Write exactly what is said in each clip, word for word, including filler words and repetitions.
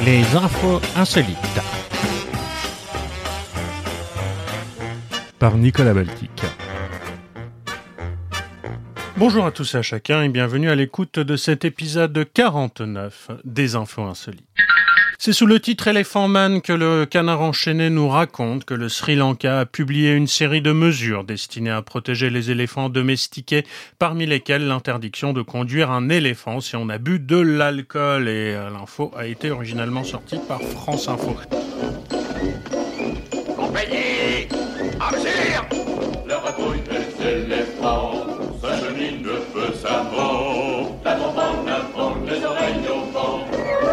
Les infos insolites. Par Nicolas Baltic. Bonjour à tous et à chacun et bienvenue à l'écoute de cet épisode quarante-neuf des infos insolites. C'est sous le titre Elephant Man que le Canard enchaîné nous raconte que le Sri Lanka a publié une série de mesures destinées à protéger les éléphants domestiqués, parmi lesquelles l'interdiction de conduire un éléphant si on a bu de l'alcool. Et l'info a été originalement sortie par France Info. Compagnie, Amzir, le repouille des éléphants, s'achemine de feu savant, la bombe en avant, les oreilles au vent.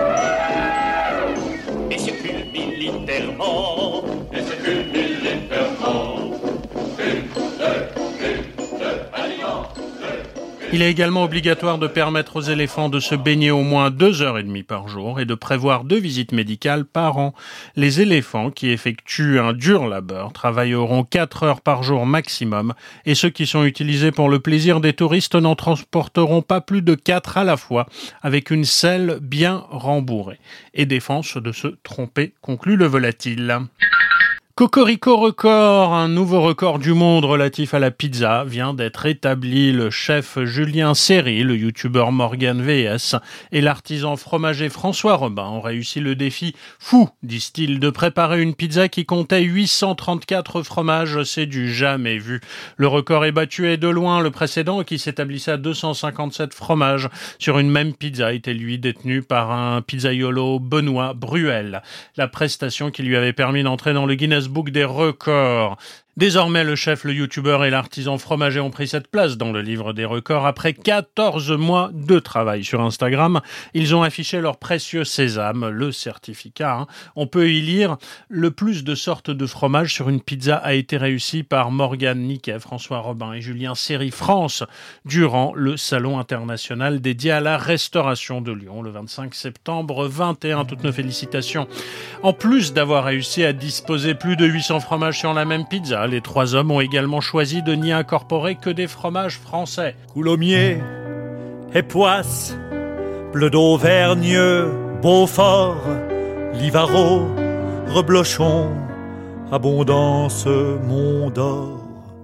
Et circule militairement, et circule militairement. Une, deux, une, deux, aliment, deux. Il est également obligatoire de permettre aux éléphants de se baigner au moins deux heures et demie par jour et de prévoir deux visites médicales par an. Les éléphants qui effectuent un dur labeur travailleront quatre heures par jour maximum et ceux qui sont utilisés pour le plaisir des touristes n'en transporteront pas plus de quatre à la fois avec une selle bien rembourrée. Et défense de se tromper, conclut le volatile. Cocorico record, un nouveau record du monde relatif à la pizza vient d'être établi. Le chef Julien Serry, le youtubeur Morgan V S et l'artisan fromager François Robin ont réussi le défi fou, disent-ils, de préparer une pizza qui comptait huit cent trente-quatre fromages. C'est du jamais vu. Le record est battu et de loin. Le précédent, qui s'établissait à deux cent cinquante-sept fromages sur une même pizza, était lui détenu par un pizzaiolo Benoît Bruel. La prestation qui lui avait permis d'entrer dans le Guinness Book des records. Désormais, le chef, le youtubeur et l'artisan fromager ont pris cette place dans le livre des records. Après quatorze mois de travail sur Instagram, ils ont affiché leur précieux sésame, le certificat. Hein. On peut y lire « Le plus de sortes de fromage sur une pizza a été réussi par Morgane Niquet, François Robin et Julien Serry France durant le Salon international dédié à la restauration de Lyon le vingt-cinq septembre vingt et un. Toutes nos félicitations. En plus d'avoir réussi à disposer plus de huit cents fromages sur la même pizza, les trois hommes ont également choisi de n'y incorporer que des fromages français. Coulommiers, Époisses, Bleu d'Auvergne, Beaufort, Livarot, Reblochon, Abondance, Mont d'Or,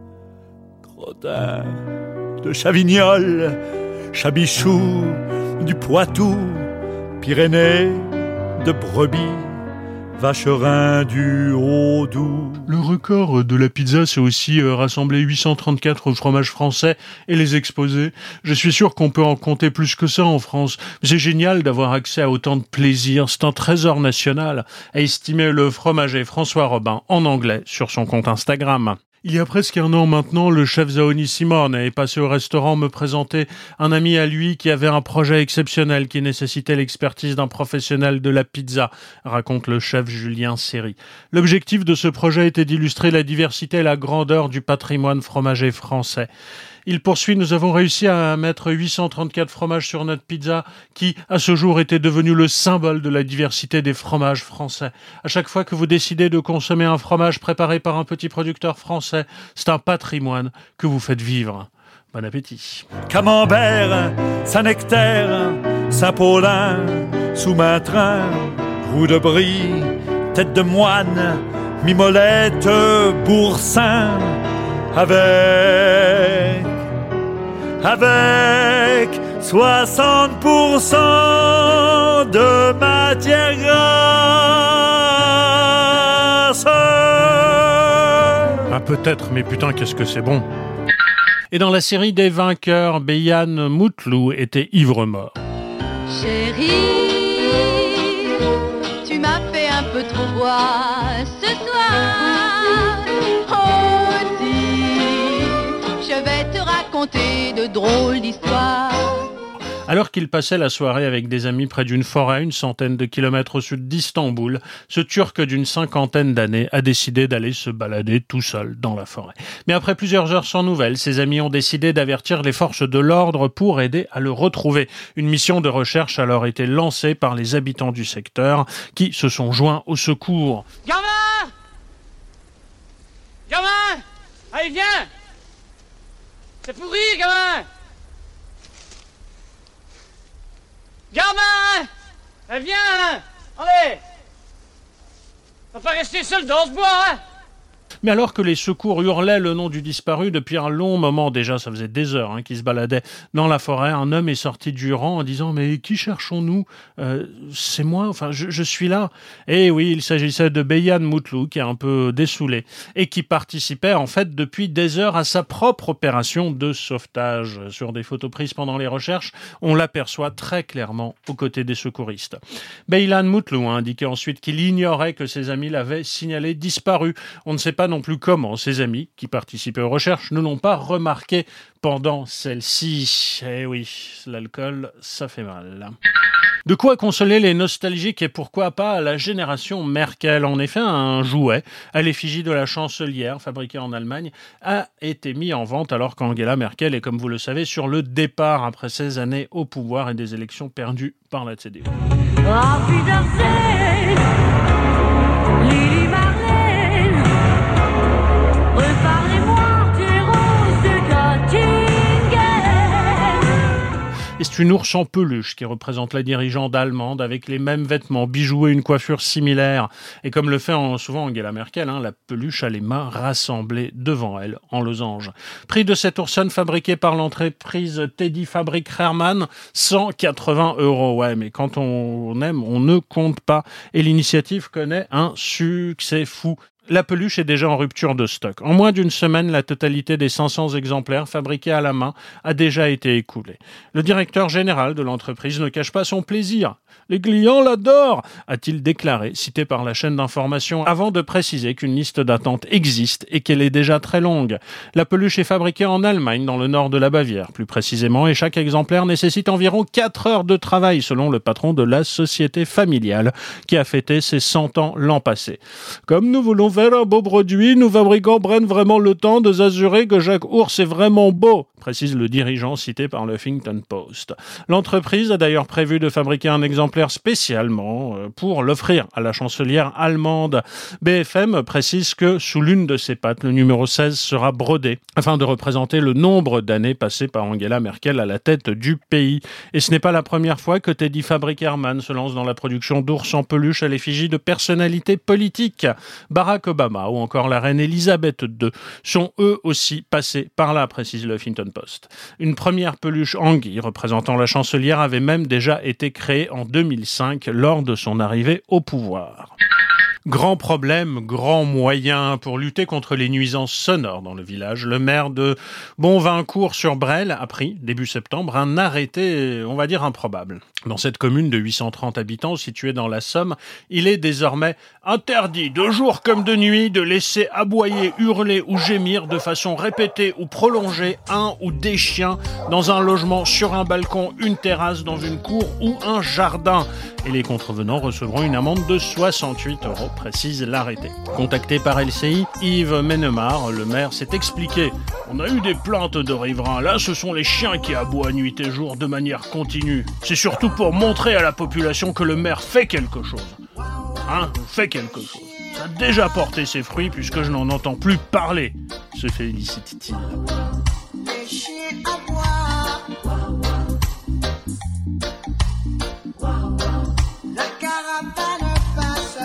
Crottin de Chavignol, Chabichou, du Poitou, Pyrénées, de Brebis, Vacherin du Haut-Doubs. Le record de la pizza, c'est aussi euh, rassembler huit cent trente-quatre fromages français et les exposer. Je suis sûr qu'on peut en compter plus que ça en France. C'est génial d'avoir accès à autant de plaisir. C'est un trésor national, a estimé le fromager François Robin en anglais sur son compte Instagram. Il y a presque un an maintenant, le chef Zaoni Simone est passé au restaurant me présenter un ami à lui qui avait un projet exceptionnel qui nécessitait l'expertise d'un professionnel de la pizza, raconte le chef Julien Serry. L'objectif de ce projet était d'illustrer la diversité et la grandeur du patrimoine fromager français. Il poursuit, nous avons réussi à mettre huit cent trente-quatre fromages sur notre pizza qui, à ce jour, était devenu le symbole de la diversité des fromages français. À chaque fois que vous décidez de consommer un fromage préparé par un petit producteur français, c'est un patrimoine que vous faites vivre. Bon appétit. Camembert, Saint-Nectaire, Saint-Paulin, Sous-Maintrin, Roue de Brie, Tête de Moine, Mimolette, Boursin, avec, avec soixante pour cent de matière grasse. Ah peut-être, mais putain qu'est-ce que c'est bon. Et dans la série des vainqueurs, Béyane Moutlou était ivre-mort. Chérie, tu m'as fait un peu trop boire ce soir. Oh si, je vais te raconter de drôles d'histoires. Alors qu'il passait la soirée avec des amis près d'une forêt, une centaine de kilomètres au sud d'Istanbul, ce Turc d'une cinquantaine d'années a décidé d'aller se balader tout seul dans la forêt. Mais après plusieurs heures sans nouvelles, ses amis ont décidé d'avertir les forces de l'ordre pour aider à le retrouver. Une mission de recherche a alors été lancée par les habitants du secteur qui se sont joints au secours. Gamin! Gamin! Allez, viens! C'est pourri, gamin! Gamin! Eh, viens! Allez! On va pas rester seul dans ce bois, hein? Mais alors que les secours hurlaient le nom du disparu depuis un long moment, déjà ça faisait des heures hein, qu'il se baladait dans la forêt, un homme est sorti du rang en disant « Mais qui cherchons-nous euh, C'est moi, enfin je, je suis là ». Et oui, il s'agissait de Beyan Moutlou qui est un peu dessoulé et qui participait en fait depuis des heures à sa propre opération de sauvetage. Sur des photos prises pendant les recherches, on l'aperçoit très clairement aux côtés des secouristes. Beyan Moutlou a indiqué ensuite qu'il ignorait que ses amis l'avaient signalé disparu. On ne sait pas non plus comment ses amis, qui participaient aux recherches, ne l'ont pas remarqué pendant celle-ci. Eh oui, l'alcool, ça fait mal. De quoi consoler les nostalgiques et pourquoi pas la génération Merkel. En effet, un jouet à l'effigie de la chancelière, fabriqué en Allemagne, a été mis en vente alors qu'Angela Merkel est, comme vous le savez, sur le départ après seize années au pouvoir et des élections perdues par la C D U. Auf Wiedersehen, Lili Marlène, reparlez-moi des roses de Göttingen. Et c'est une ours en peluche qui représente la dirigeante allemande avec les mêmes vêtements, bijoux et une coiffure similaire. Et comme le fait en, souvent Angela Merkel, hein, la peluche a les mains rassemblées devant elle en losange. Prix de cette oursonne fabriquée par l'entreprise Teddy Fabrik Hermann, cent quatre-vingts euros. Ouais, mais quand on aime, on ne compte pas. Et l'initiative connaît un succès fou. La peluche est déjà en rupture de stock. En moins d'une semaine, la totalité des cinq cents exemplaires fabriqués à la main a déjà été écoulée. Le directeur général de l'entreprise ne cache pas son plaisir. « Les clients l'adorent !» a-t-il déclaré, cité par la chaîne d'information, avant de préciser qu'une liste d'attente existe et qu'elle est déjà très longue. La peluche est fabriquée en Allemagne, dans le nord de la Bavière, plus précisément, et chaque exemplaire nécessite environ quatre heures de travail, selon le patron de la société familiale, qui a fêté ses cent ans l'an passé. Comme nous voulons faire un beau produit, nous fabricants prennent vraiment le temps de s'assurer que chaque ours est vraiment beau, précise le dirigeant cité par le Huffington Post. L'entreprise a d'ailleurs prévu de fabriquer un exemplaire spécialement pour l'offrir à la chancelière allemande. B F M précise que sous l'une de ses pattes, le numéro seize sera brodé afin de représenter le nombre d'années passées par Angela Merkel à la tête du pays. Et ce n'est pas la première fois que Teddy Fabrik Hermann se lance dans la production d'ours en peluche à l'effigie de personnalités politiques. Barack Obama ou encore la reine Elisabeth deux sont eux aussi passés par là, précise le Huffington Post. Une première peluche anguille représentant la chancelière avait même déjà été créée en deux mille cinq lors de son arrivée au pouvoir. Grand problème, grand moyen pour lutter contre les nuisances sonores dans le village. Le maire de Bonvincourt-sur-Bresle a pris, début septembre, un arrêté, on va dire, improbable. Dans cette commune de huit cent trente habitants située dans la Somme, il est désormais interdit, de jour comme de nuit, de laisser aboyer, hurler ou gémir de façon répétée ou prolongée un ou des chiens dans un logement, sur un balcon, une terrasse, dans une cour ou un jardin. Et les contrevenants recevront une amende de soixante-huit euros, précise l'arrêté. Contacté par L C I, Yves Menemar, le maire, s'est expliqué. On a eu des plaintes de riverains. Là, ce sont les chiens qui aboient nuit et jour de manière continue. C'est surtout pour montrer à la population que le maire fait quelque chose. Hein, fait quelque chose. Ça a déjà porté ses fruits puisque je n'en entends plus parler, se félicite-t-il. Les chiens aboient. La caravane passe.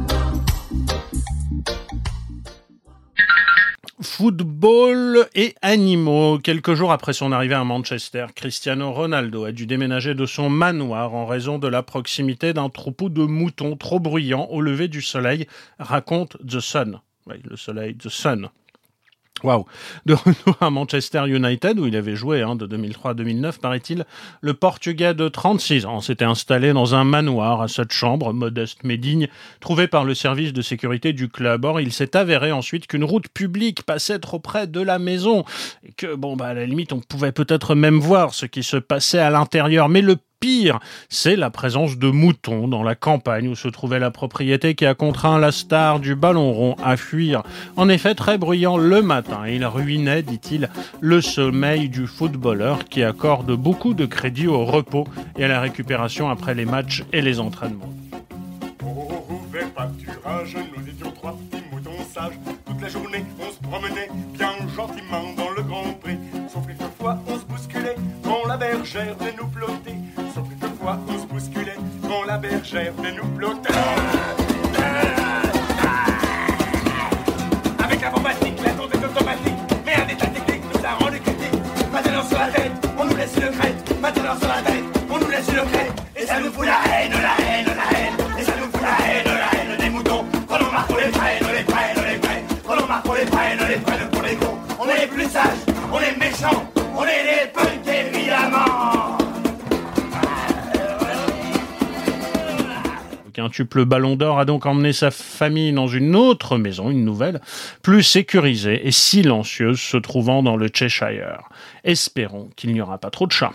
Football et animaux. Quelques jours après son arrivée à Manchester, Cristiano Ronaldo a dû déménager de son manoir en raison de la proximité d'un troupeau de moutons trop bruyants au lever du soleil, raconte The Sun. Oui, le soleil, The Sun. Waouh. De retour à Manchester United, où il avait joué hein, de deux mille trois à deux mille neuf, paraît-il, le Portugais de trente-six ans s'était installé dans un manoir à sept chambres, modeste mais digne, trouvé par le service de sécurité du club. Or, il s'est avéré ensuite qu'une route publique passait trop près de la maison et que, bon, bah, à la limite, on pouvait peut-être même voir ce qui se passait à l'intérieur. Mais le pire, c'est la présence de moutons dans la campagne où se trouvait la propriété qui a contraint la star du ballon rond à fuir. En effet, très bruyant le matin, il ruinait, dit-il, le sommeil du footballeur qui accorde beaucoup de crédit au repos et à la récupération après les matchs et les entraînements. Au rouvert pâturage, nous étions trois petits moutons sages. Toute la journée, on se promenait bien gentiment dans le grand pré. Sauf quelquefois, on se bousculait quand la bergère venait nous ploter. Sauf quelquefois, on se bousculait quand la bergère, venez nous bloquer. Avec l'informatique, la tonte est automatique, mais un état technique nous a rendu critique. Maintenant sur la tête, on nous laisse une crête. Maintenant sur la tête, on nous laisse une crête. Et ça nous fout la haine, la haine, la haine. Et ça nous fout la haine, la haine des moutons. Quand on marque, on les prenne, on les prenne, on les prenne. Quand on marque, on les prenne, on les prenne pour les cons. On est les plus sages, on est méchants, on est les punks évidemment. Le quintuple Ballon d'Or a donc emmené sa famille dans une autre maison, une nouvelle, plus sécurisée et silencieuse, se trouvant dans le Cheshire. Espérons qu'il n'y aura pas trop de chats.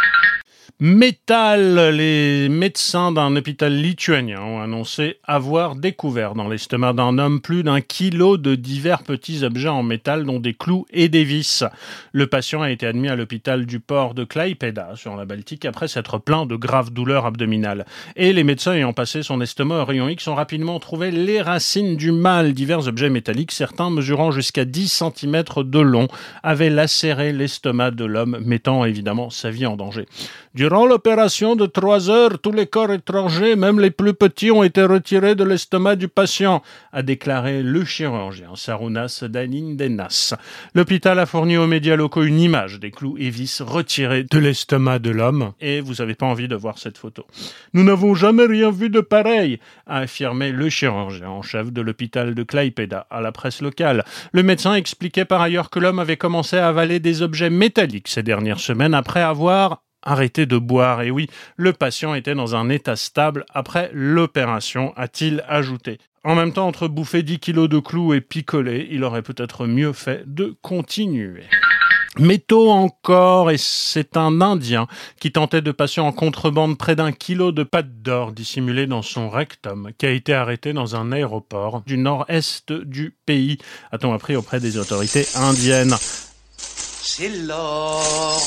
Métal, les médecins d'un hôpital lituanien ont annoncé avoir découvert dans l'estomac d'un homme plus d'un kilo de divers petits objets en métal, dont des clous et des vis. Le patient a été admis à l'hôpital du port de Klaipėda, sur la Baltique, après s'être plaint de graves douleurs abdominales. Et les médecins ayant passé son estomac au rayon X ont rapidement trouvé les racines du mal. Divers objets métalliques, certains mesurant jusqu'à dix centimètres de long, avaient lacéré l'estomac de l'homme, mettant évidemment sa vie en danger. Durant l'opération de trois heures, tous les corps étrangers, même les plus petits, ont été retirés de l'estomac du patient, a déclaré le chirurgien Sarunas Danindenas. L'hôpital a fourni aux médias locaux une image des clous et vis retirés de l'estomac de l'homme. Et vous n'avez pas envie de voir cette photo. Nous n'avons jamais rien vu de pareil, a affirmé le chirurgien en chef de l'hôpital de Klaipėda à la presse locale. Le médecin expliquait par ailleurs que l'homme avait commencé à avaler des objets métalliques ces dernières semaines après avoir arrêter de boire. Et oui, le patient était dans un état stable après l'opération, a-t-il ajouté. En même temps, entre bouffer dix kilos de clous et picoler, il aurait peut-être mieux fait de continuer. Métaux encore, et c'est un Indien qui tentait de passer en contrebande près d'un kilo de pâte d'or dissimulée dans son rectum, qui a été arrêté dans un aéroport du nord-est du pays, a-t-on appris auprès des autorités indiennes. C'est l'or.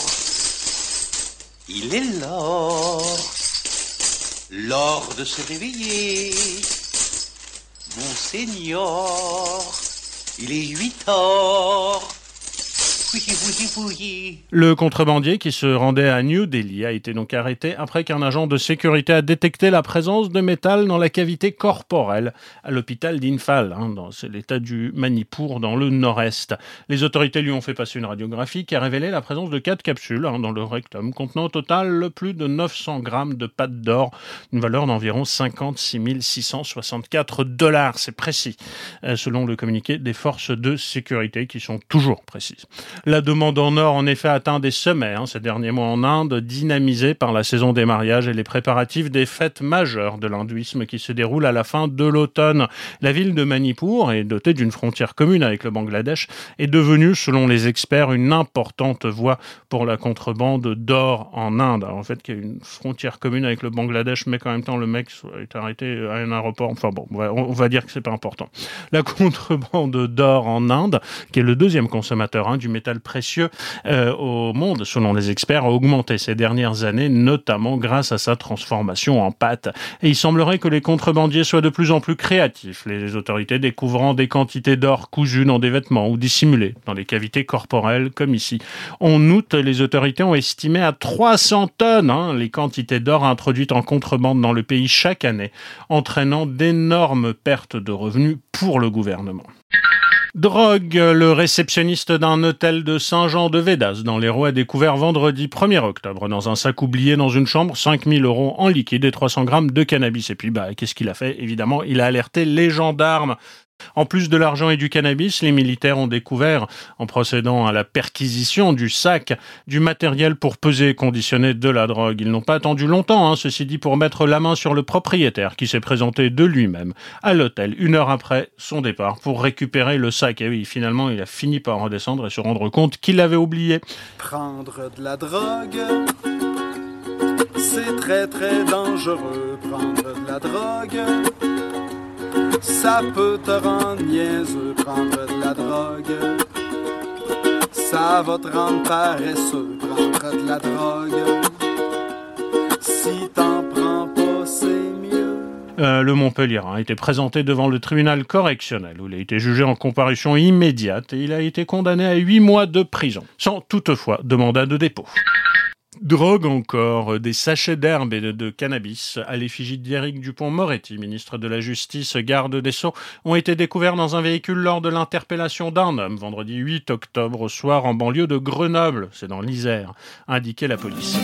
Il est l'or, l'or de se réveiller, mon Seigneur, il est huit heures. Oui, oui, oui. Le contrebandier qui se rendait à New Delhi a été donc arrêté après qu'un agent de sécurité a détecté la présence de métal dans la cavité corporelle à l'hôpital d'Imphal, hein, dans c'est l'état du Manipur dans le nord-est. Les autorités lui ont fait passer une radiographie qui a révélé la présence de quatre capsules hein, dans le rectum, contenant au total plus de neuf cents grammes de pâte d'or, une valeur d'environ cinquante-six mille six cent soixante-quatre dollars, c'est précis, euh, selon le communiqué des forces de sécurité qui sont toujours précises. La demande en or, en effet, atteint des sommets hein, ces derniers mois en Inde, dynamisée par la saison des mariages et les préparatifs des fêtes majeures de l'hindouisme qui se déroulent à la fin de l'automne. La ville de Manipur est dotée d'une frontière commune avec le Bangladesh, est devenue, selon les experts, une importante voie pour la contrebande d'or en Inde. Alors, en fait, qu'il y a une frontière commune avec le Bangladesh, mais qu'en même temps, le mec est arrêté à un aéroport. Enfin bon, on va dire que c'est pas important. La contrebande d'or en Inde, qui est le deuxième consommateur hein, du métal précieux euh, au monde, selon les experts, a augmenté ces dernières années, notamment grâce à sa transformation en pâte. Et il semblerait que les contrebandiers soient de plus en plus créatifs, les autorités découvrant des quantités d'or cousues dans des vêtements ou dissimulées dans les cavités corporelles, comme ici. En août, les autorités ont estimé à trois cents tonnes hein, les quantités d'or introduites en contrebande dans le pays chaque année, entraînant d'énormes pertes de revenus pour le gouvernement. Drogue, le réceptionniste d'un hôtel de Saint-Jean-de-Védas dans l'Hérault a découvert vendredi premier octobre dans un sac oublié dans une chambre cinq mille euros en liquide et trois cents grammes de cannabis. Et puis, bah, qu'est-ce qu'il a fait? Évidemment, il a alerté les gendarmes. En plus de l'argent et du cannabis, les militaires ont découvert, en procédant à la perquisition du sac, du matériel pour peser et conditionner de la drogue. Ils n'ont pas attendu longtemps, hein, ceci dit, pour mettre la main sur le propriétaire qui s'est présenté de lui-même à l'hôtel une heure après son départ pour récupérer le sac. Et oui, finalement, il a fini par redescendre et se rendre compte qu'il l'avait oublié. Prendre de la drogue, c'est très très dangereux. Prendre de la drogue, ça peut te rendre niaiseux. Prendre de la drogue, ça va te rendre paresseux. Prendre de la drogue, si t'en prends pas, c'est mieux. Euh, le Montpellierin a été présenté devant le tribunal correctionnel où il a été jugé en comparution immédiate et il a été condamné à huit mois de prison, sans toutefois de mandat de dépôt. Drogue encore, des sachets d'herbe et de, de cannabis à l'effigie d'Éric Dupond-Moretti, ministre de la Justice, garde des Sceaux, ont été découverts dans un véhicule lors de l'interpellation d'un homme vendredi huit octobre au soir en banlieue de Grenoble, c'est dans l'Isère, a indiqué la police.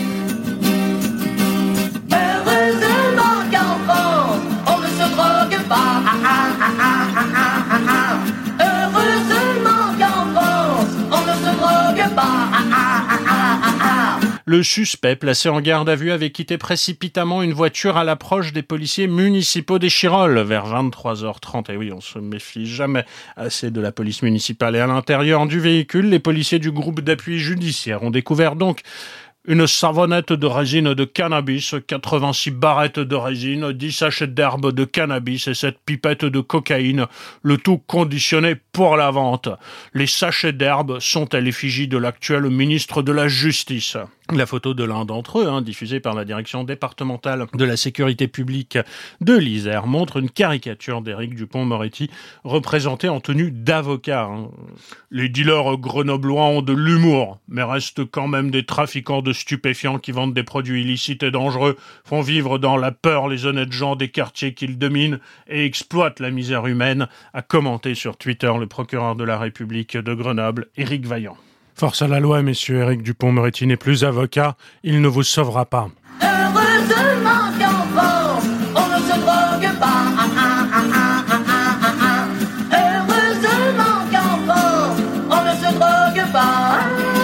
Heureusement qu'en France, on ne se drogue pas. Ah, ah, ah, ah, ah, ah, ah. Heureusement qu'en France, on ne se drogue pas. Ah, ah, ah, ah, ah, ah. Le suspect, placé en garde à vue, avait quitté précipitamment une voiture à l'approche des policiers municipaux d'Échirolles vers vingt-trois heures trente. Et oui, on se méfie jamais assez de la police municipale. Et à l'intérieur du véhicule, les policiers du groupe d'appui judiciaire ont découvert donc une savonnette de résine de cannabis, quatre-vingt-six barrettes de résine, dix sachets d'herbe de cannabis et sept pipettes de cocaïne, le tout conditionné pour la vente. Les sachets d'herbe sont à l'effigie de l'actuel ministre de la Justice. La photo de l'un d'entre eux, hein, diffusée par la direction départementale de la sécurité publique de l'Isère, montre une caricature d'Éric Dupond-Moretti représenté en tenue d'avocat. Hein. Les dealers grenoblois ont de l'humour, mais restent quand même des trafiquants de stupéfiants qui vendent des produits illicites et dangereux, font vivre dans la peur les honnêtes gens des quartiers qu'ils dominent et exploitent la misère humaine, a commenté sur Twitter le procureur de la République de Grenoble, Éric Vaillant. Force à la loi, messieurs, Éric Dupond-Moretti n'est plus avocat, il ne vous sauvera pas. Heureusement qu'en France, on ne se drogue pas. Ah, ah, ah, ah, ah, ah, ah. Heureusement qu'en France, on ne se drogue pas.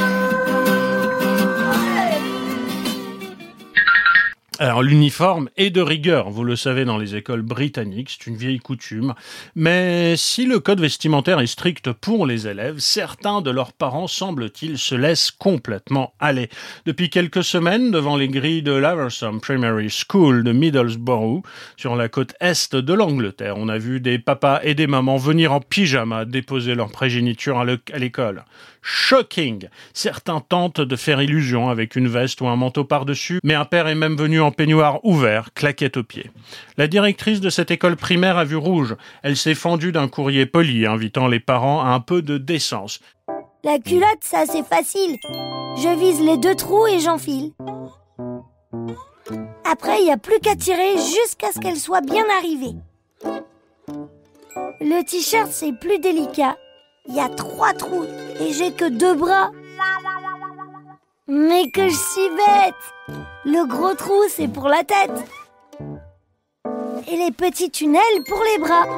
Alors l'uniforme est de rigueur, vous le savez, dans les écoles britanniques, c'est une vieille coutume. Mais si le code vestimentaire est strict pour les élèves, certains de leurs parents, semble-t-il, se laissent complètement aller. Depuis quelques semaines, devant les grilles de l'Aversham Primary School de Middlesbrough, sur la côte est de l'Angleterre, on a vu des papas et des mamans venir en pyjama déposer leur progéniture à l'école. Shocking! Certains tentent de faire illusion avec une veste ou un manteau par-dessus, mais un père est même venu en peignoir ouvert, claquette aux pieds. La directrice de cette école primaire a vu rouge. Elle s'est fendue d'un courrier poli, invitant les parents à un peu de décence. La culotte, ça c'est facile. Je vise les deux trous et j'enfile. Après, il n'y a plus qu'à tirer jusqu'à ce qu'elle soit bien arrivée. Le t-shirt, c'est plus délicat. Il y a trois trous et j'ai que deux bras. Mais que je suis bête! Le gros trou, c'est pour la tête. Et les petits tunnels pour les bras.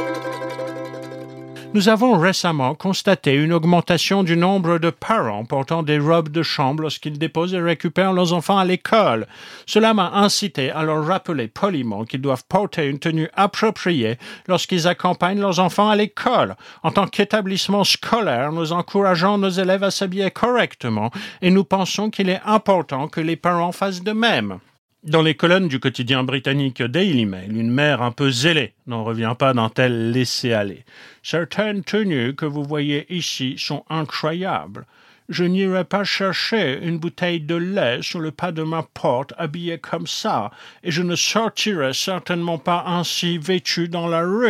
Nous avons récemment constaté une augmentation du nombre de parents portant des robes de chambre lorsqu'ils déposent et récupèrent leurs enfants à l'école. Cela m'a incité à leur rappeler poliment qu'ils doivent porter une tenue appropriée lorsqu'ils accompagnent leurs enfants à l'école. En tant qu'établissement scolaire, nous encourageons nos élèves à s'habiller correctement et nous pensons qu'il est important que les parents fassent de même. Dans les colonnes du quotidien britannique Daily Mail, une mère un peu zélée n'en revient pas d'un tel laisser-aller. « Certaines tenues que vous voyez ici sont incroyables. Je n'irai pas chercher une bouteille de lait sur le pas de ma porte habillée comme ça, et je ne sortirai certainement pas ainsi vêtue dans la rue. »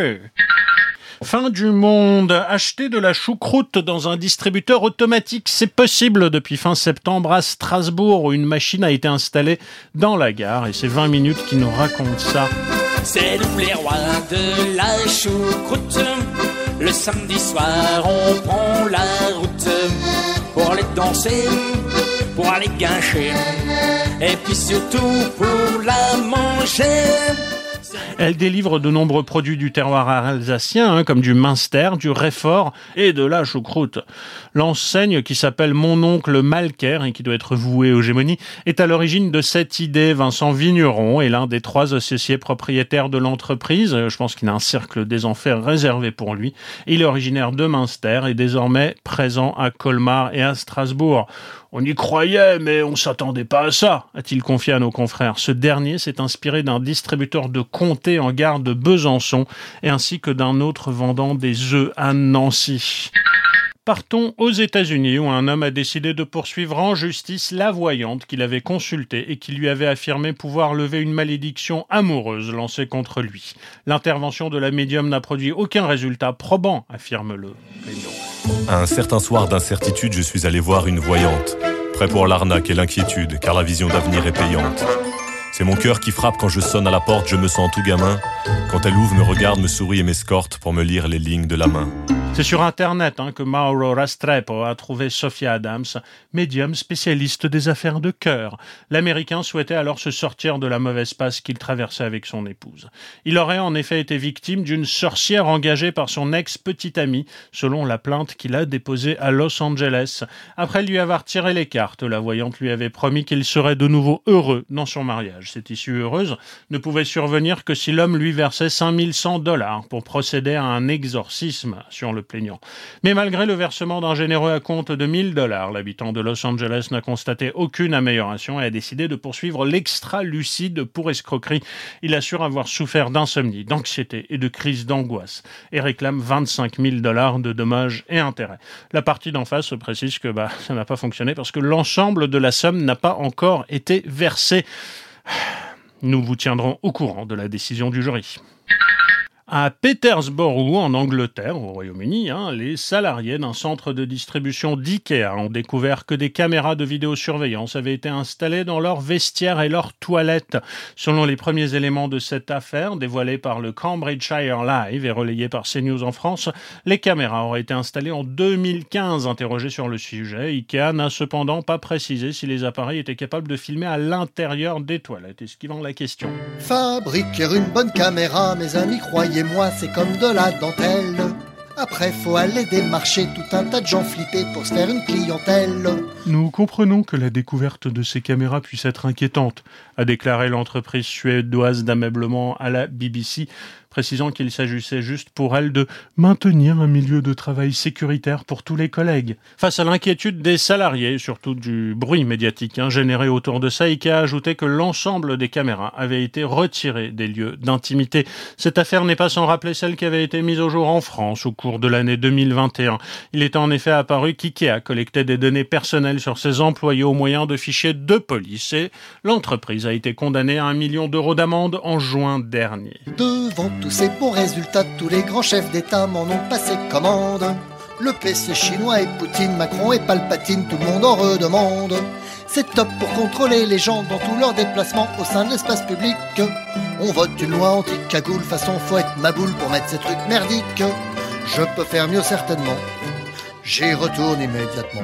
Fin du monde. Acheter de la choucroute dans un distributeur automatique, c'est possible depuis fin septembre à Strasbourg, où une machine a été installée dans la gare. Et c'est vingt minutes qui nous racontent ça. C'est nous les rois de la choucroute. Le samedi soir, on prend la route pour aller danser, pour aller gâcher, et puis surtout pour la manger. Elle délivre de nombreux produits du terroir alsacien, hein, comme du Münster, du Réfort et de la choucroute. L'enseigne, qui s'appelle Mon Oncle Malker et qui doit être vouée aux gémonies, est à l'origine de cette idée. Vincent Vigneron est l'un des trois associés propriétaires de l'entreprise. Je pense qu'il a un cercle des enfers réservé pour lui. Il est originaire de Münster et désormais présent à Colmar et à Strasbourg. On y croyait, mais on s'attendait pas à ça, a-t-il confié à nos confrères. Ce dernier s'est inspiré d'un distributeur de comté en gare de Besançon, et ainsi que d'un autre vendant des œufs à Nancy. Partons aux États-Unis, où un homme a décidé de poursuivre en justice la voyante qu'il avait consultée et qui lui avait affirmé pouvoir lever une malédiction amoureuse lancée contre lui. L'intervention de la médium n'a produit aucun résultat probant, affirme le plaignant. Un certain soir d'incertitude, je suis allé voir une voyante. prêt pour l'arnaque et l'inquiétude, car la vision d'avenir est payante. C'est mon cœur qui frappe quand je sonne à la porte, je me sens tout gamin. Quand elle ouvre, me regarde, me sourit et m'escorte pour me lire les lignes de la main. C'est sur Internet hein, que Mauro Restrepo a trouvé Sophia Adams, médium spécialiste des affaires de cœur. L'Américain souhaitait alors se sortir de la mauvaise passe qu'il traversait avec son épouse. Il aurait en effet été victime d'une sorcière engagée par son ex-petite amie, selon la plainte qu'il a déposée à Los Angeles. Après lui avoir tiré les cartes, la voyante lui avait promis qu'il serait de nouveau heureux dans son mariage. Cette issue heureuse ne pouvait survenir que si l'homme lui versait cinq mille cent dollars pour procéder à un exorcisme sur le plaignant. Mais malgré le versement d'un généreux acompte de mille dollars, l'habitant de Los Angeles n'a constaté aucune amélioration et a décidé de poursuivre l'extra-lucide pour escroquerie. Il assure avoir souffert d'insomnie, d'anxiété et de crises d'angoisse et réclame vingt-cinq mille dollars de dommages et intérêts. La partie d'en face précise que bah, ça n'a pas fonctionné parce que l'ensemble de la somme n'a pas encore été versé. Nous vous tiendrons au courant de la décision du jury. À Petersborough, en Angleterre, au Royaume-Uni, hein, les salariés d'un centre de distribution d'IKEA ont découvert que des caméras de vidéosurveillance avaient été installées dans leurs vestiaires et leurs toilettes. Selon les premiers éléments de cette affaire, dévoilée par le Cambridgeshire Live et relayée par CNews en France, les caméras auraient été installées en deux mille quinze. Interrogé sur le sujet, IKEA n'a cependant pas précisé si les appareils étaient capables de filmer à l'intérieur des toilettes, esquivant la question. Fabriquer une bonne caméra, mes amis, croyez moi, c'est comme de la dentelle. Après, faut aller démarcher tout un tas de gens flippés pour se faire une clientèle. Nous comprenons que la découverte de ces caméras puisse être inquiétante, a déclaré l'entreprise suédoise d'ameublement à la B B C, précisant qu'il s'agissait juste pour elle de maintenir un milieu de travail sécuritaire pour tous les collègues. Face à l'inquiétude des salariés, surtout du bruit médiatique hein, généré autour de ça, IKEA a ajouté que l'ensemble des caméras avait été retiré des lieux d'intimité. Cette affaire n'est pas sans rappeler celle qui avait été mise au jour en France au cours de l'année deux mille vingt et un. Il est en effet apparu qu'IKEA collectait des données personnelles sur ses employés au moyen de fichiers de police et l'entreprise a été condamnée à un million d'euros d'amende en juin dernier. Devant tous ces bons résultats, tous les grands chefs d'État m'en ont passé commande. Le P C chinois et Poutine, Macron et Palpatine, tout le monde en redemande. C'est top pour contrôler les gens dans tous leurs déplacements au sein de l'espace public. On vote une loi anti-cagoule, façon faut être ma boule pour mettre ces trucs merdiques. Je peux faire mieux certainement, j'y retourne immédiatement.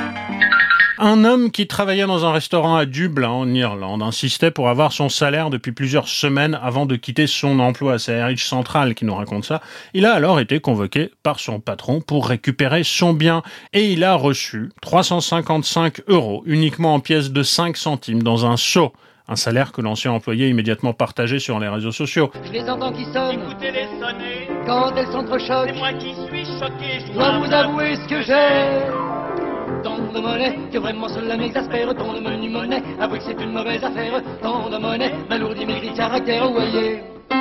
Un homme qui travaillait dans un restaurant à Dublin, en Irlande, insistait pour avoir son salaire depuis plusieurs semaines avant de quitter son emploi. C'est Erich Central qui nous raconte ça. Il a alors été convoqué par son patron pour récupérer son bien et il a reçu trois cent cinquante-cinq euros uniquement en pièces de cinq centimes dans un seau. Un salaire que l'ancien employé a immédiatement partagé sur les réseaux sociaux. Je les entends qui sonnent. Écoutez-les sonner. Quand elles s'entrechoquent. C'est moi qui suis choqué. Je dois vous avouer ce que j'ai. Tant de monnaie que vraiment cela m'exaspère. Tant de menu monnaie, avouez que c'est une mauvaise affaire. Tant de monnaie m'alourdit mes gris caractères, voyez.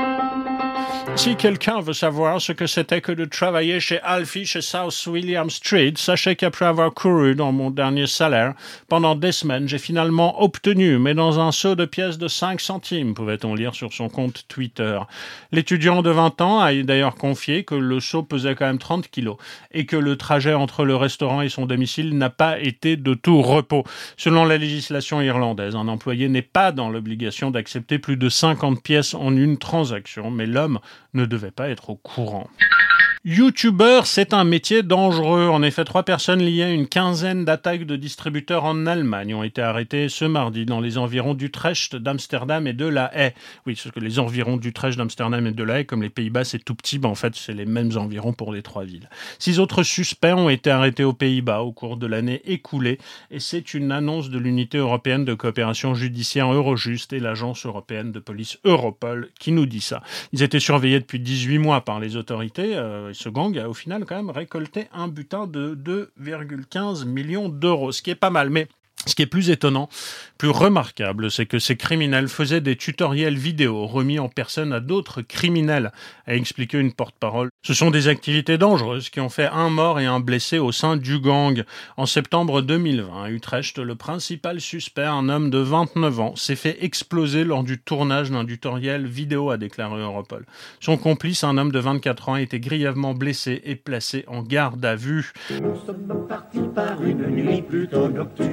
Si quelqu'un veut savoir ce que c'était que de travailler chez Alfie, chez South William Street, sachez qu'après avoir couru dans mon dernier salaire, pendant des semaines, j'ai finalement obtenu, mais dans un seau de pièces de cinq centimes, pouvait-on lire sur son compte Twitter. L'étudiant de vingt ans a d'ailleurs confié que le seau pesait quand même trente kilos et que le trajet entre le restaurant et son domicile n'a pas été de tout repos. Selon la législation irlandaise, un employé n'est pas dans l'obligation d'accepter plus de cinquante pièces en une transaction, mais l'homme ne devait pas être au courant. YouTuber, c'est un métier dangereux. En effet, trois personnes liées à une quinzaine d'attaques de distributeurs en Allemagne ont été arrêtées ce mardi dans les environs d'Utrecht, d'Amsterdam et de La Haye. Oui, parce que les environs d'Utrecht, d'Amsterdam et de La Haye, comme les Pays-Bas, c'est tout petit, ben en fait, c'est les mêmes environs pour les trois villes. Six autres suspects ont été arrêtés aux Pays-Bas au cours de l'année écoulée et c'est une annonce de l'unité européenne de coopération judiciaire Eurojust et l'agence européenne de police Europol qui nous dit ça. Ils étaient surveillés depuis dix-huit mois par les autorités. Euh, Ce gang a au final quand même récolté un butin de deux virgule quinze millions d'euros, ce qui est pas mal. Mais ce qui est plus étonnant, plus remarquable, c'est que ces criminels faisaient des tutoriels vidéo remis en personne à d'autres criminels, a expliqué une porte-parole. Ce sont des activités dangereuses qui ont fait un mort et un blessé au sein du gang. En septembre deux mille vingt, à Utrecht, le principal suspect, un homme de vingt-neuf ans, s'est fait exploser lors du tournage d'un tutoriel vidéo, a déclaré Europol. Son complice, un homme de vingt-quatre ans, a été grièvement blessé et placé en garde à vue. Nous sommes partis par une nuit plutôt nocturne.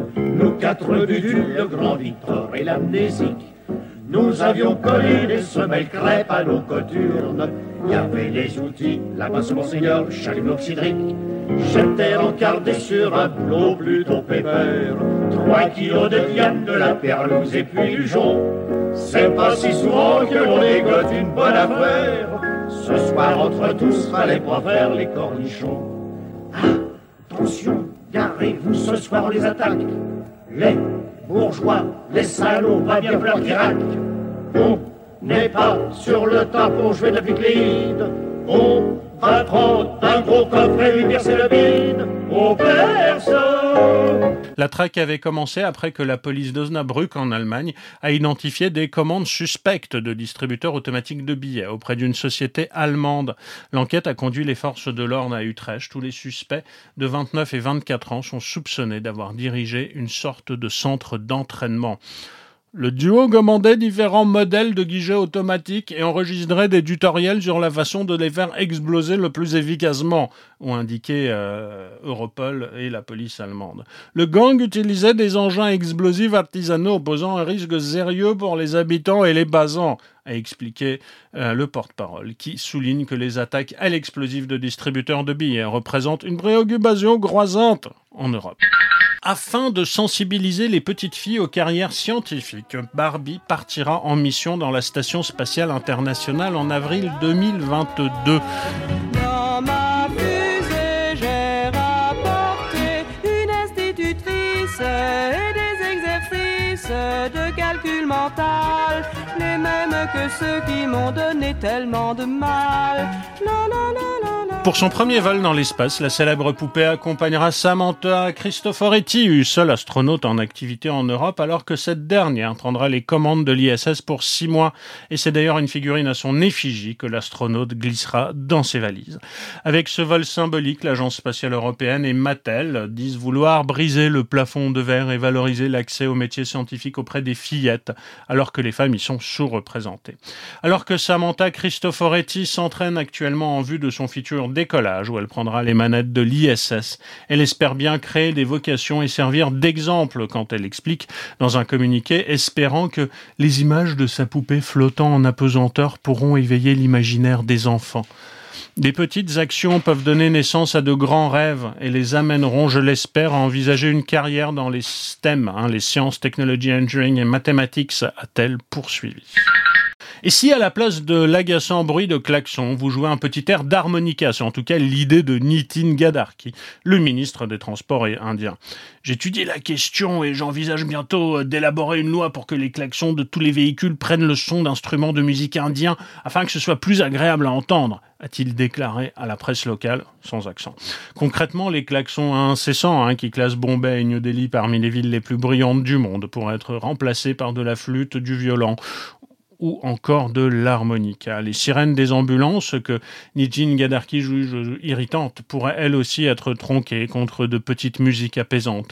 nous quatre budules, le grand Victor et l'amnésique. Nous avions collé des semelles crêpes à nos coturnes. Il y avait les outils, la masse monseigneur, le chalumeau cydrique. J'étais encardé sur un boulot plutôt pépère. Trois kilos de diane, de la perlouse et puis du jonc. C'est pas si souvent que l'on dégote une bonne affaire. Ce soir, entre tous, fallait pas faire les cornichons. Ah, attention, garez-vous, ce soir on les attaque. Les bourgeois, les salauds, va bien falloir qu'ils raquent. On n'est pas sur le tas pour jouer de la Picléide. On va prendre un gros coffret et lui percer le bide au perso. La traque avait commencé après que la police d'Osnabrück en Allemagne a identifié des commandes suspectes de distributeurs automatiques de billets auprès d'une société allemande. L'enquête a conduit les forces de l'ordre à Utrecht. Tous les suspects de vingt-neuf et vingt-quatre ans sont soupçonnés d'avoir dirigé une sorte de centre d'entraînement. Le duo commandait différents modèles de guichets automatiques et enregistrait des tutoriels sur la façon de les faire exploser le plus efficacement, ont indiqué euh, Europol et la police allemande. Le gang utilisait des engins explosifs artisanaux posant un risque sérieux pour les habitants et les passants, a expliqué euh, le porte-parole, qui souligne que les attaques à l'explosif de distributeurs de billets représentent une préoccupation croissante en Europe. Afin de sensibiliser les petites filles aux carrières scientifiques, Barbie partira en mission dans la Station spatiale internationale en avril deux mille vingt-deux. Dans ma fusée, j'ai rapporté une institutrice et des exercices de calcul mental, les mêmes que ceux qui m'ont donné tellement de mal. La, la, la, la. Pour son premier vol dans l'espace, la célèbre poupée accompagnera Samantha Cristoforetti, seule astronaute en activité en Europe, alors que cette dernière prendra les commandes de l'I S S pour six mois. Et c'est d'ailleurs une figurine à son effigie que l'astronaute glissera dans ses valises. Avec ce vol symbolique, l'Agence spatiale européenne et Mattel disent vouloir briser le plafond de verre et valoriser l'accès aux métiers scientifiques auprès des fillettes, alors que les femmes y sont sous-représentées. Alors que Samantha Cristoforetti s'entraîne actuellement en vue de son futur décollage où elle prendra les manettes de l'I S S. Elle espère bien créer des vocations et servir d'exemple quand elle explique dans un communiqué, espérant que les images de sa poupée flottant en apesanteur pourront éveiller l'imaginaire des enfants. Des petites actions peuvent donner naissance à de grands rêves et les amèneront, je l'espère, à envisager une carrière dans les S T E M, hein, les sciences, technology, engineering et mathematics, a-t-elle poursuivi. Et si à la place de l'agaçant bruit de klaxon, vous jouez un petit air d'harmonica, c'est en tout cas l'idée de Nitin Gadkarji, le ministre des Transports indien. J'étudie la question et j'envisage bientôt d'élaborer une loi pour que les klaxons de tous les véhicules prennent le son d'instruments de musique indiens afin que ce soit plus agréable à entendre, a-t-il déclaré à la presse locale, sans accent. Concrètement, les klaxons incessants hein, qui classent Bombay et New Delhi parmi les villes les plus brillantes du monde pourraient être remplacés par de la flûte, du violon ou encore de l'harmonica. Les sirènes des ambulances que Nitin Gadkarji juge irritantes pourraient elles aussi être tronquées contre de petites musiques apaisantes.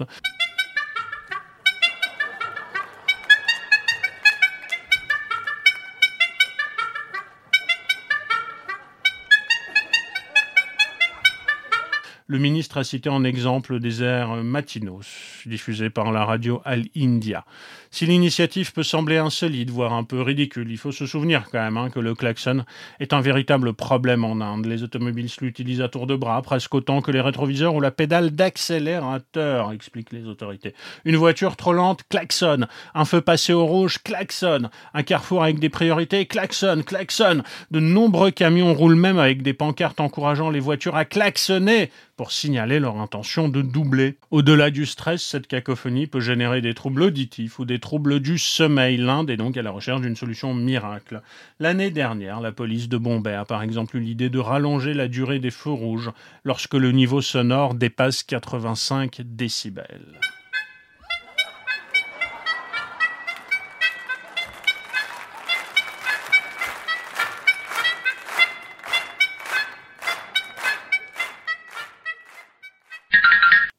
Le ministre a cité en exemple des airs matinaux, diffusés par la radio All India. Si l'initiative peut sembler insolite, voire un peu ridicule, il faut se souvenir quand même hein, que le klaxon est un véritable problème en Inde. Les automobilistes l'utilisent à tour de bras, presque autant que les rétroviseurs ou la pédale d'accélérateur, expliquent les autorités. Une voiture trop lente, klaxonne. Un feu passé au rouge, klaxonne. Un carrefour avec des priorités, klaxonne, klaxonne. De nombreux camions roulent même avec des pancartes encourageant les voitures à klaxonner pour signaler leur intention de doubler. Au-delà du stress, cette cacophonie peut générer des troubles auditifs ou des troubles du sommeil. L'Inde est donc à la recherche d'une solution miracle. L'année dernière, la police de Bombay a par exemple eu l'idée de rallonger la durée des feux rouges lorsque le niveau sonore dépasse quatre-vingt-cinq décibels.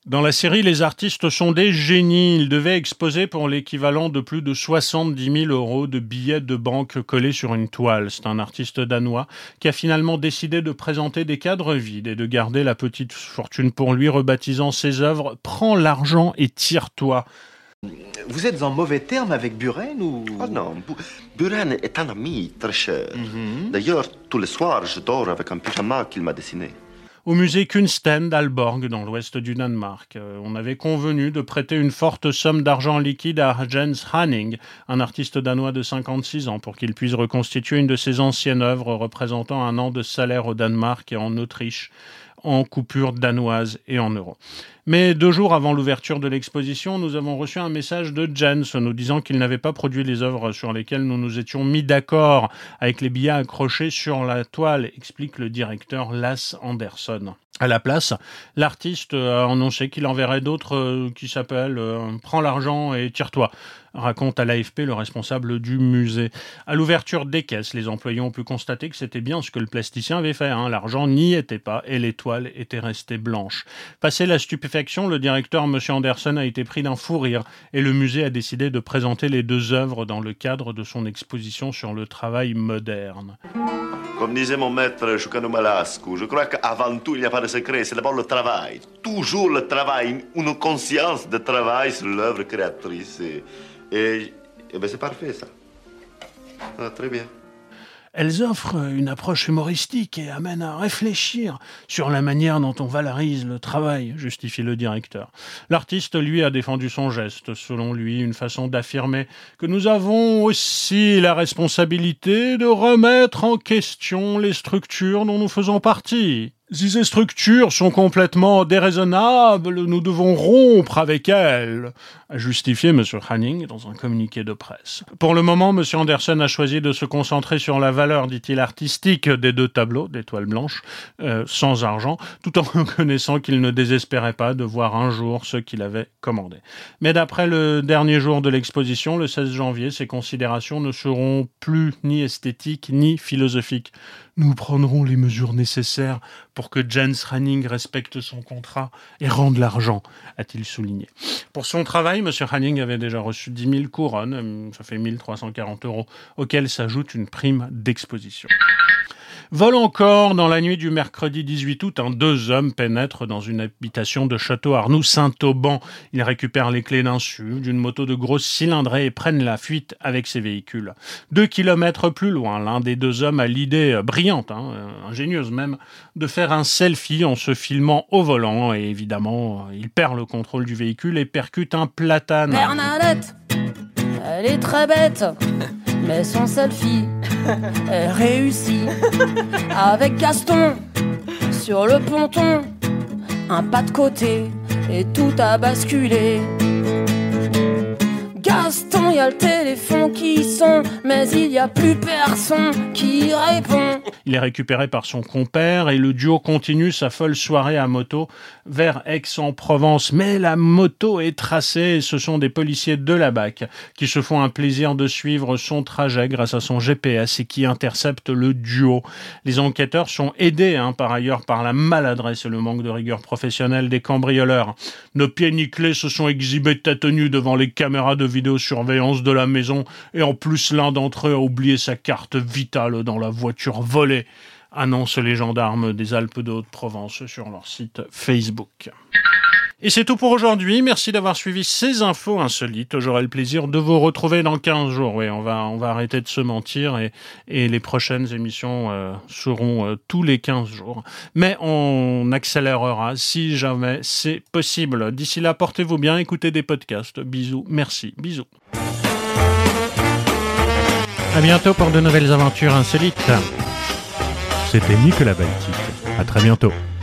Dans la série, les artistes sont des génies. Ils devaient exposer pour l'équivalent de plus de soixante-dix mille euros de billets de banque collés sur une toile. C'est un artiste danois qui a finalement décidé de présenter des cadres vides et de garder la petite fortune pour lui, rebaptisant ses œuvres « Prends l'argent et tire-toi ». Vous êtes en mauvais terme avec Buren ou... Oh non, Buren est un ami très cher. Mm-hmm. D'ailleurs, tous les soirs, je dors avec un pyjama qu'il m'a dessiné. Au musée Kunsten d'Alborg, dans l'ouest du Danemark. Euh, on avait convenu de prêter une forte somme d'argent liquide à Jens Hanning, un artiste danois de cinquante-six ans, pour qu'il puisse reconstituer une de ses anciennes œuvres représentant un an de salaire au Danemark et en Autriche, en coupures danoises et en euros. Mais deux jours avant l'ouverture de l'exposition, nous avons reçu un message de Jens nous disant qu'il n'avait pas produit les œuvres sur lesquelles nous nous étions mis d'accord avec les billets accrochés sur la toile, explique le directeur Lasse Andersson. À la place, l'artiste a annoncé qu'il enverrait d'autres euh, qui s'appellent euh, « Prends l'argent et tire-toi », raconte à l'A F P le responsable du musée. À l'ouverture des caisses, les employés ont pu constater que c'était bien ce que le plasticien avait fait. Hein. L'argent n'y était pas et les toiles étaient restées blanches. Passé la stupéfaction, le directeur, M. Andersson, a été pris d'un fou rire et le musée a décidé de présenter les deux œuvres dans le cadre de son exposition sur le travail moderne. Comme disait mon maître Choucanou Malascu, je crois qu'avant tout, il n'y a pas de secret, c'est d'abord le travail. Toujours le travail, une conscience de travail sur l'œuvre créatrice. Et, et, et ben c'est parfait, ça. Ah, très bien. Elles offrent une approche humoristique et amènent à réfléchir sur la manière dont on valorise le travail, justifie le directeur. L'artiste, lui, a défendu son geste, selon lui, une façon d'affirmer que nous avons aussi la responsabilité de remettre en question les structures dont nous faisons partie. Si ces structures sont complètement déraisonnables, nous devons rompre avec elles, a justifié M. Hanning dans un communiqué de presse. Pour le moment, M. Andersson a choisi de se concentrer sur la valeur, dit-il, artistique des deux tableaux, des toiles blanches, euh, sans argent, tout en reconnaissant qu'il ne désespérait pas de voir un jour ce qu'il avait commandé. Mais d'après le dernier jour de l'exposition, le seize janvier, ces considérations ne seront plus ni esthétiques ni philosophiques. Nous prendrons les mesures nécessaires pour que Jens Hanning respecte son contrat et rende l'argent, a-t-il souligné. Pour son travail, M. Hanning avait déjà reçu dix mille couronnes, ça fait mille trois cent quarante euros, auxquelles s'ajoute une prime d'exposition. Vol encore, dans la nuit du mercredi dix-huit août, un deux hommes pénètrent dans une habitation de Château-Arnoux-Saint-Auban. Ils récupèrent les clés d'un S U V, d'une moto de grosse cylindrée et prennent la fuite avec ces véhicules. Deux kilomètres plus loin, l'un des deux hommes a l'idée brillante, hein, ingénieuse même, de faire un selfie en se filmant au volant. Et évidemment, il perd le contrôle du véhicule et percute un platane. Bernadette, elle est très bête, mais son selfie est réussi. Avec Gaston sur le ponton, un pas de côté et tout a basculé. Gaston, y a le téléphone qui sonne, mais il y a plus personne qui répond. Il est récupéré par son compère et le duo continue sa folle soirée à moto vers Aix-en-Provence. Mais la moto est tracée et ce sont des policiers de la B A C qui se font un plaisir de suivre son trajet grâce à son G P S et qui interceptent le duo. Les enquêteurs sont aidés hein, par ailleurs par la maladresse et le manque de rigueur professionnelle des cambrioleurs. Nos pieds nickelés se sont exhibés tête nue devant les caméras de vidéosurveillance de la maison et en plus l'un d'entre eux a oublié sa carte vitale dans la voiture volée, annoncent les gendarmes des Alpes de Haute-Provence sur leur site Facebook. Et c'est tout pour aujourd'hui. Merci d'avoir suivi ces infos insolites. J'aurai le plaisir de vous retrouver dans quinze jours. Oui, on va, on va arrêter de se mentir et, et les prochaines émissions euh, seront euh, tous les quinze jours. Mais on accélérera si jamais c'est possible. D'ici là, portez-vous bien, écoutez des podcasts. Bisous, merci, bisous. À bientôt pour de nouvelles aventures insolites. C'était Nicolas Baltic. À très bientôt.